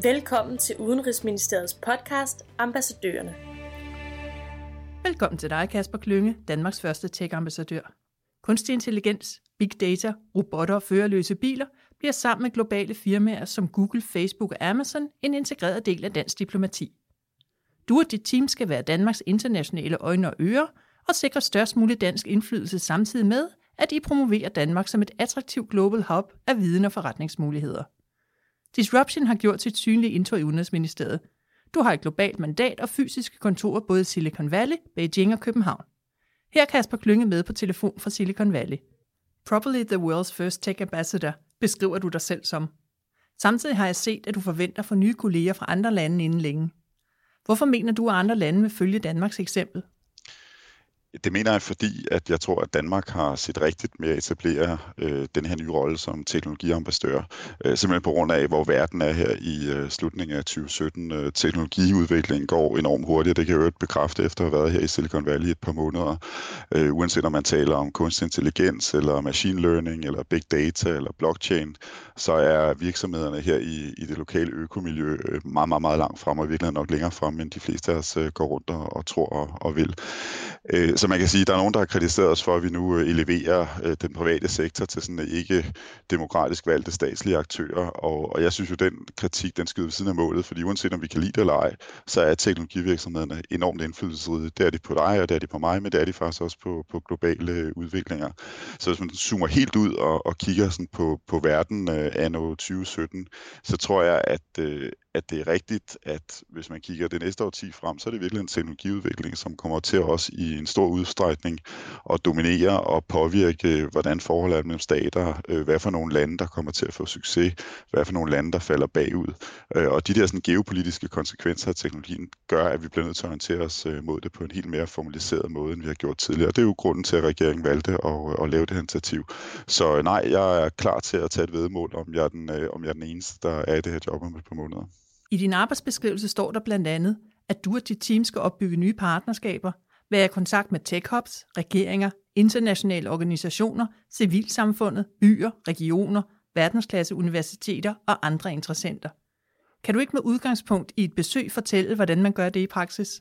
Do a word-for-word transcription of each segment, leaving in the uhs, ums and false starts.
Velkommen til Udenrigsministeriets podcast Ambassadørerne. Velkommen til dig, Kasper Klynge, Danmarks første tech-ambassadør. Kunstig intelligens, big data, robotter og førerløse biler bliver sammen med globale firmaer som Google, Facebook og Amazon en integreret del af dansk diplomati. Du og dit team skal være Danmarks internationale øjne og ører og sikre størst mulig dansk indflydelse samtidig med, at I promoverer Danmark som et attraktivt global hub af viden og forretningsmuligheder. Disruption har gjort sit synlige indtog i Udenrigsministeriet. Du har et globalt mandat og fysiske kontorer både i Silicon Valley, Beijing og København. Her er Kasper Klynge med på telefon fra Silicon Valley. Probably the world's first tech ambassador, beskriver du dig selv som. Samtidig har jeg set, at du forventer for nye kolleger fra andre lande inden længe. Hvorfor mener du, at andre lande vil følge Danmarks eksempel? Det mener jeg, fordi at jeg tror, at Danmark har set rigtigt med at etablere øh, den her nye rolle som teknologiambassadør. Øh, simpelthen på grund af, hvor verden er her i øh, slutningen af tyve sytten. Øh, teknologiudviklingen går enormt hurtigt. Det kan jeg jo bekræfte efter at have været her i Silicon Valley et par måneder. Øh, uanset om man taler om kunstig intelligens, eller machine learning, eller big data, eller blockchain, så er virksomhederne her i, i det lokale økomiljø meget, meget, meget langt frem, og i virkeligheden nok længere frem, end de fleste af os øh, går rundt og, og tror og, og vil. Øh, Så man kan sige, at der er nogen, der har kritiseret os for, at vi nu eleverer den private sektor til sådan en ikke demokratisk valgte statslige aktører. Og, og jeg synes jo, at den kritik, den skyder ved siden af målet, fordi uanset om vi kan lide det eller ej, så er teknologivirksomhederne enormt indflydelsesrige. Det er de på dig, og det er de på mig, men det er de faktisk også på, på globale udviklinger. Så hvis man zoomer helt ud og, og kigger sådan på, på verden uh, anno tyve sytten, så tror jeg, at uh, at det er rigtigt, at hvis man kigger det næste årti frem, så er det virkelig en teknologiudvikling, som kommer til også i en stor udstrækning at dominere og påvirke, hvordan forholdet er mellem stater, hvad for nogle lande, der kommer til at få succes, hvad for nogle lande, der falder bagud. Og de der sådan, geopolitiske konsekvenser af teknologien gør, at vi bliver nødt til at orientere os mod det på en helt mere formaliseret måde, end vi har gjort tidligere. Det er jo grunden til, at regeringen valgte at, at lave det her initiativ. Så nej, jeg er klar til at tage et væddemål, om jeg er den, om jeg er den eneste, der er i det her job om et par måneder. I din arbejdsbeskrivelse står der blandt andet, at du og dit team skal opbygge nye partnerskaber, være i kontakt med tech-hubs, regeringer, internationale organisationer, civilsamfundet, byer, regioner, verdensklasse universiteter og andre interessenter. Kan du ikke med udgangspunkt i et besøg fortælle, hvordan man gør det i praksis?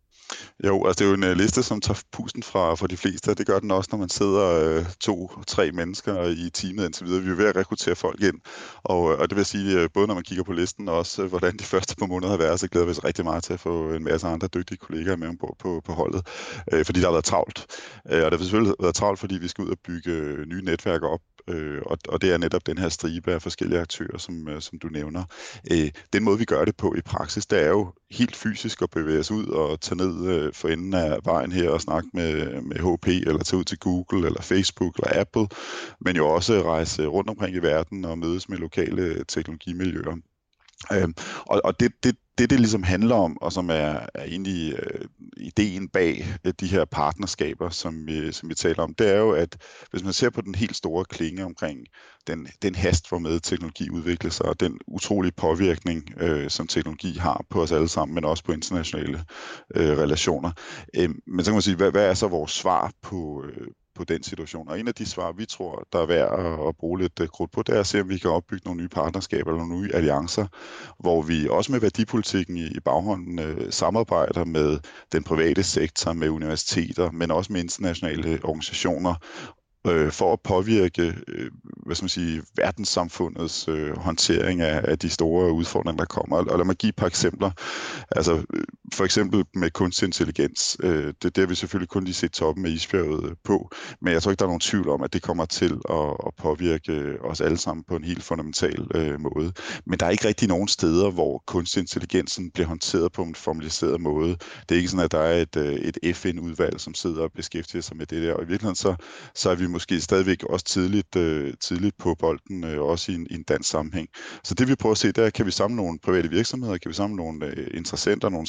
Jo, altså det er jo en uh, liste, som tager pusten fra, fra de fleste, og det gør den også, når man sidder uh, to, tre mennesker i teamet indtil videre. Vi er ved at rekruttere folk ind, og, og det vil sige, uh, både når man kigger på listen, og også uh, hvordan de første par måneder har været, så glæder vi os rigtig meget til at få en masse andre dygtige kollegaer med ombord på, på holdet, uh, fordi der har været travlt. Uh, og det har selvfølgelig været travlt, fordi vi skal ud og bygge uh, nye netværker op, Øh, og, og det er netop den her stribe af forskellige aktører, som, øh, som du nævner. Øh, den måde, vi gør det på i praksis, det er jo helt fysisk at bevæge os ud og tage ned øh, for enden af vejen her og snakke med, med H P, eller tage ud til Google, eller Facebook, eller Apple, men jo også rejse rundt omkring i verden og mødes med lokale teknologimiljøer. Øh, og og det, det Det, det ligesom handler om, og som er, er egentlig øh, ideen bag øh, de her partnerskaber, som vi, som vi taler om, det er jo, at hvis man ser på den helt store klinge omkring den, den hast, hvormed teknologi udvikler sig, og den utrolige påvirkning, øh, som teknologi har på os alle sammen, men også på internationale øh, relationer. Øh, men så kan man sige, hvad, hvad er så vores svar på øh, på den situation. Og en af de svar, vi tror, der er værd at bruge lidt krudt på, det er at se, om vi kan opbygge nogle nye partnerskaber eller nogle nye alliancer, hvor vi også med værdipolitikken i baghånden øh, samarbejder med den private sektor, med universiteter, men også med internationale organisationer, øh, for at påvirke øh, hvad skal man sige, verdenssamfundets øh, håndtering af, af de store udfordringer, der kommer. Og lad mig give et par eksempler. Altså, for eksempel med kunstig intelligens. Øh, det, det har vi selvfølgelig kun lige set toppen af isbjerget på, men jeg tror ikke, der er nogen tvivl om, at det kommer til at, at påvirke os alle sammen på en helt fundamental øh, måde. Men der er ikke rigtig nogen steder, hvor kunstig intelligensen bliver håndteret på en formaliseret måde. Det er ikke sådan, at der er et, et F N-udvalg, som sidder og beskæftiger sig med det der. Og i virkeligheden så, så er vi måske stadigvæk også tidligt, øh, tidligt på bolden, øh, også i en, i en dansk sammenhæng. Så det vi prøver at se, der kan vi samle nogle private virksomheder, kan vi samle nogle øh, interessenter, nogle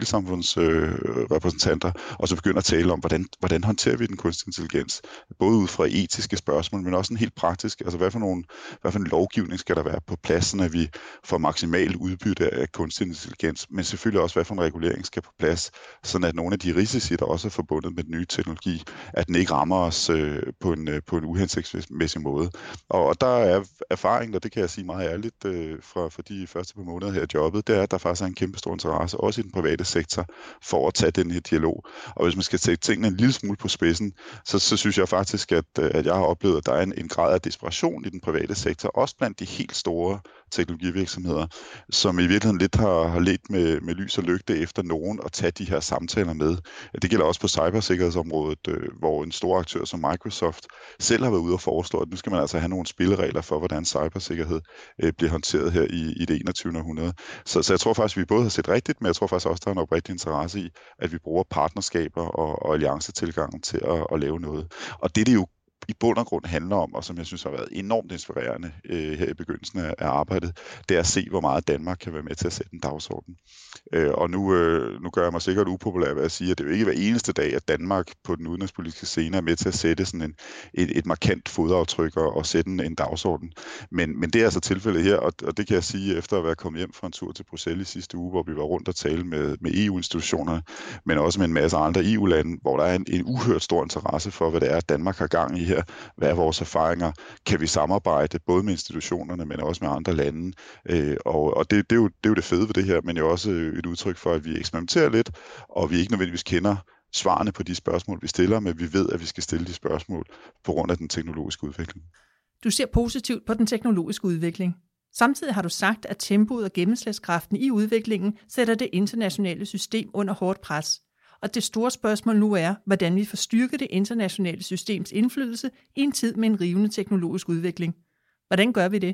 civilsamfundsrepræsentanter, øh, og så begynde at tale om, hvordan, hvordan håndterer vi den kunstig intelligens, både ud fra etiske spørgsmål, men også en helt praktisk, altså hvad for, nogle, hvad for en lovgivning skal der være på plads, så vi får maksimalt udbytte af kunstig intelligens, men selvfølgelig også, hvad for en regulering skal på plads, sådan at nogle af de risici, der også er forbundet med den nye teknologi, at den ikke rammer os øh, på på en, på en uhensigtsmæssig måde. Og, og der er erfaringen, og det kan jeg sige meget ærligt øh, fra, fra de første par måneder her i jobbet, det er, at der faktisk er en kæmpe stor interesse, også i den private sektor, for at tage den her dialog. Og hvis man skal tage tingene en lille smule på spidsen, så, så synes jeg faktisk, at, at jeg har oplevet, at der er en, en grad af desperation i den private sektor, også blandt de helt store teknologivirksomheder, som i virkeligheden lidt har, har let med, med lys og lygte efter nogen at tage de her samtaler med. Det gælder også på cybersikkerhedsområdet, øh, hvor en stor aktør som Microsoft selv har været ude og foreslå, at nu skal man altså have nogle spilleregler for, hvordan cybersikkerhed øh, bliver håndteret her i, i det enogtyvende århundrede. Så, så jeg tror faktisk, at vi både har set rigtigt, men jeg tror faktisk også, at der er en oprigtig interesse i, at vi bruger partnerskaber og, og alliancetilgangen til at, at lave noget. Og det, det jo i bund og grund handler om, og som jeg synes har været enormt inspirerende øh, her i begyndelsen af, af arbejdet, det er at se, hvor meget Danmark kan være med til at sætte en dagsorden. Øh, og nu, øh, nu gør jeg mig sikkert upopulær ved at sige, at det er jo ikke hver eneste dag, at Danmark på den udenrigspolitiske scene er med til at sætte sådan en, et, et markant fodaftryk og, og sætte en, en dagsorden. Men, men det er altså tilfældet her, og, og det kan jeg sige efter at være kommet hjem fra en tur til Bruxelles i sidste uge, hvor vi var rundt og tale med, med E U-institutionerne, men også med en masse andre E U-lande, hvor der er en, en uhørt stor interesse for, hvad det er, Danmark har gang i her. Hvad er vores erfaringer? Kan vi samarbejde både med institutionerne, men også med andre lande? Øh, og og det, det, er jo, det er jo det fede ved det her, men jo også et udtryk for, at vi eksperimenterer lidt, og vi ikke nødvendigvis kender svarene på de spørgsmål, vi stiller, men vi ved, at vi skal stille de spørgsmål på grund af den teknologiske udvikling. Du ser positivt på den teknologiske udvikling. Samtidig har du sagt, at tempoet og gennemslagskraften i udviklingen sætter det internationale system under hårdt pres. Og det store spørgsmål nu er, hvordan vi får styrket det internationale systems indflydelse i en tid med en rivende teknologisk udvikling. Hvordan gør vi det?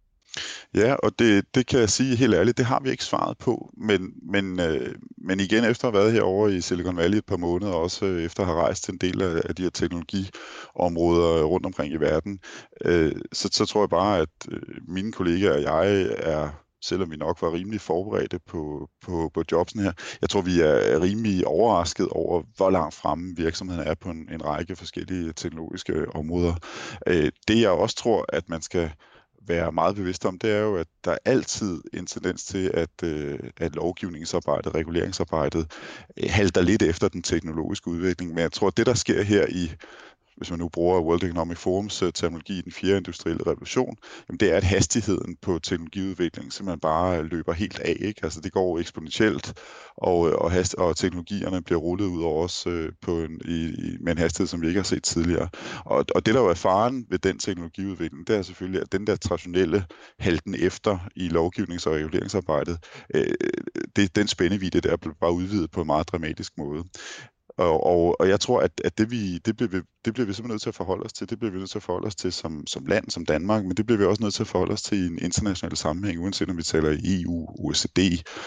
Ja, og det, det kan jeg sige helt ærligt, det har vi ikke svaret på, men, men, øh, men igen efter at have været herovre i Silicon Valley et par måneder, og også øh, efter at have rejst til en del af, af de her teknologiområder rundt omkring i verden, øh, så, så tror jeg bare, at øh, mine kollegaer og jeg er, selvom vi nok var rimelig forberedte på, på, på jobsen her. Jeg tror, vi er rimelig overrasket over, hvor langt fremme virksomheden er på en, en række forskellige teknologiske områder. Øh, det jeg også tror, at man skal være meget bevidst om, det er jo, at der er altid en tendens til, at, øh, at lovgivningsarbejdet, reguleringsarbejdet øh, halter lidt efter den teknologiske udvikling. Men jeg tror, at det, der sker her i, hvis man nu bruger World Economic Forums uh, terminologi i den fjerde industrielle revolution, jamen det er, at hastigheden på teknologiudviklingen simpelthen bare løber helt af. Ikke? Altså det går eksponentielt, og, og, hast, og teknologierne bliver rullet ud over os uh, på en, i, i, med en hastighed, som vi ikke har set tidligere. Og, og det, der jo er faren ved den teknologiudvikling, det er selvfølgelig, at den der traditionelle halten efter i lovgivnings- og reguleringsarbejdet, øh, det, den spændevidde der bliver bare udvidet på en meget dramatisk måde. Og, og, og jeg tror, at, at det, vi, det, bliver vi, det bliver vi simpelthen nødt til at forholde os til. Det bliver vi nødt til at forholde os til som, som land, som Danmark, men det bliver vi også nødt til at forholde os til i en international sammenhæng, uanset om vi taler i E U, O E C D,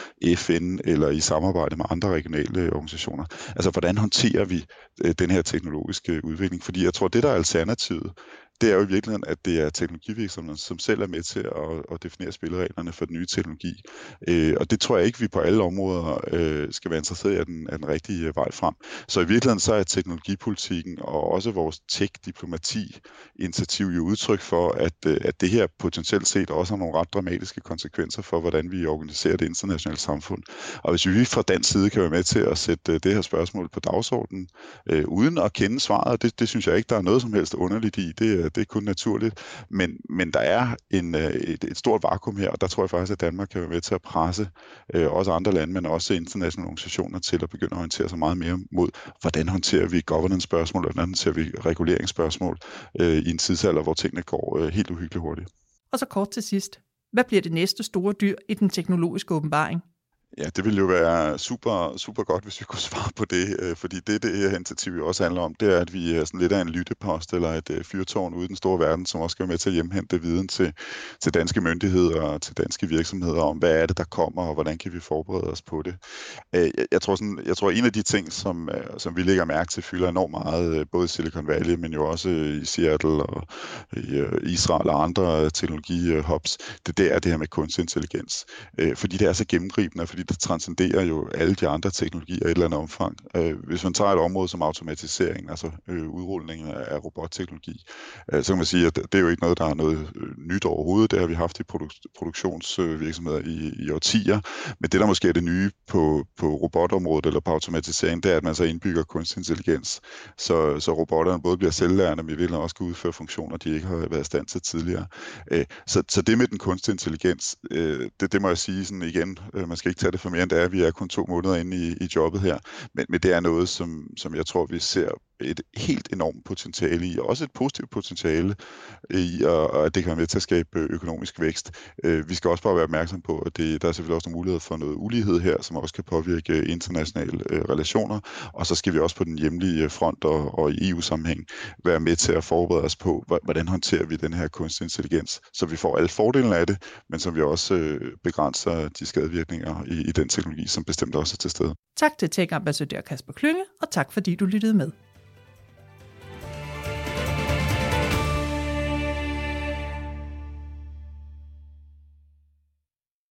F N eller i samarbejde med andre regionale organisationer. Altså, hvordan håndterer vi øh, den her teknologiske udvikling? Fordi jeg tror, det der er alternativet, det er jo i virkeligheden, at det er teknologivirksomhederne, som selv er med til at, at definere spillereglerne for den nye teknologi. Øh, og det tror jeg ikke, vi på alle områder øh, skal være interesseret i, at den, at den rigtige vej frem. Så i virkeligheden så er teknologipolitikken og også vores tech-diplomati-initiativ jo udtryk for, at, at det her potentielt set også har nogle ret dramatiske konsekvenser for, hvordan vi organiserer det internationale samfund. Og hvis vi fra dansk side kan være med til at sætte det her spørgsmål på dagsordenen, øh, uden at kende svaret, det, det synes jeg ikke, der er noget som helst underligt i. Det, det er kun naturligt. Men, men der er en, et, et stort vakuum her, og der tror jeg faktisk, at Danmark kan være med til at presse øh, også andre lande, men også internationale organisationer til at begynde at orientere sig meget mere mod, hvordan håndterer vi governance-spørgsmål, og hvordan håndterer vi reguleringsspørgsmål øh, i en tidsalder, hvor tingene går øh, helt uhyggeligt hurtigt. Og så kort til sidst. Hvad bliver det næste store dyr i den teknologiske åbenbaring? Ja, det ville jo være super, super godt, hvis vi kunne svare på det, fordi det, det her initiativ jo også handler om, det er, at vi er sådan lidt af en lyttepost eller et fyrtårn ude i den store verden, som også skal være med til at hjemhente viden til, til danske myndigheder og til danske virksomheder om, hvad er det, der kommer, og hvordan kan vi forberede os på det. Jeg, jeg, tror, sådan, jeg tror, en af de ting, som, som vi lægger mærke til, fylder enormt meget, både i Silicon Valley, men jo også i Seattle og i Israel og andre teknologihubs, det, det er det her med kunstig intelligens. Fordi det er så gennemgribende, fordi helt transcenderer jo alle de andre teknologier i et eller andet omfang. Hvis man tager et område som automatisering, altså udrulning af robotteknologi, så kan man sige, at det er jo ikke noget, der er noget nyt overhovedet. Det har vi haft i produ- produktionsvirksomheder i, i årtier. Men det, der måske er det nye på, på robotområdet eller på automatisering, det er, at man så indbygger kunstig intelligens. Så, så robotterne både bliver selvlærende, men i virkeligheden også kan udføre funktioner, de ikke har været i stand til tidligere. Så, så det med den kunstige intelligens, det, det må jeg sige sådan igen, man skal ikke tage det for mere end det er, vi er kun to måneder inde i, i jobbet her, men, men det er noget, som, som jeg tror, vi ser et helt enormt potentiale i, og også et positivt potentiale i, og at det kan være med til at skabe økonomisk vækst. Vi skal også bare være opmærksom på, at det, der er selvfølgelig også nogle muligheder for noget ulighed her, som også kan påvirke internationale relationer, og så skal vi også på den hjemlige front og, og i E U-sammenhæng være med til at forberede os på, hvordan håndterer vi den her kunstig intelligens, så vi får alle fordelene af det, men så vi også begrænser de skadevirkninger i, i den teknologi, som bestemt også er til stede. Tak til Tech-ambassadør Kasper Klynge, og tak fordi du lyttede med.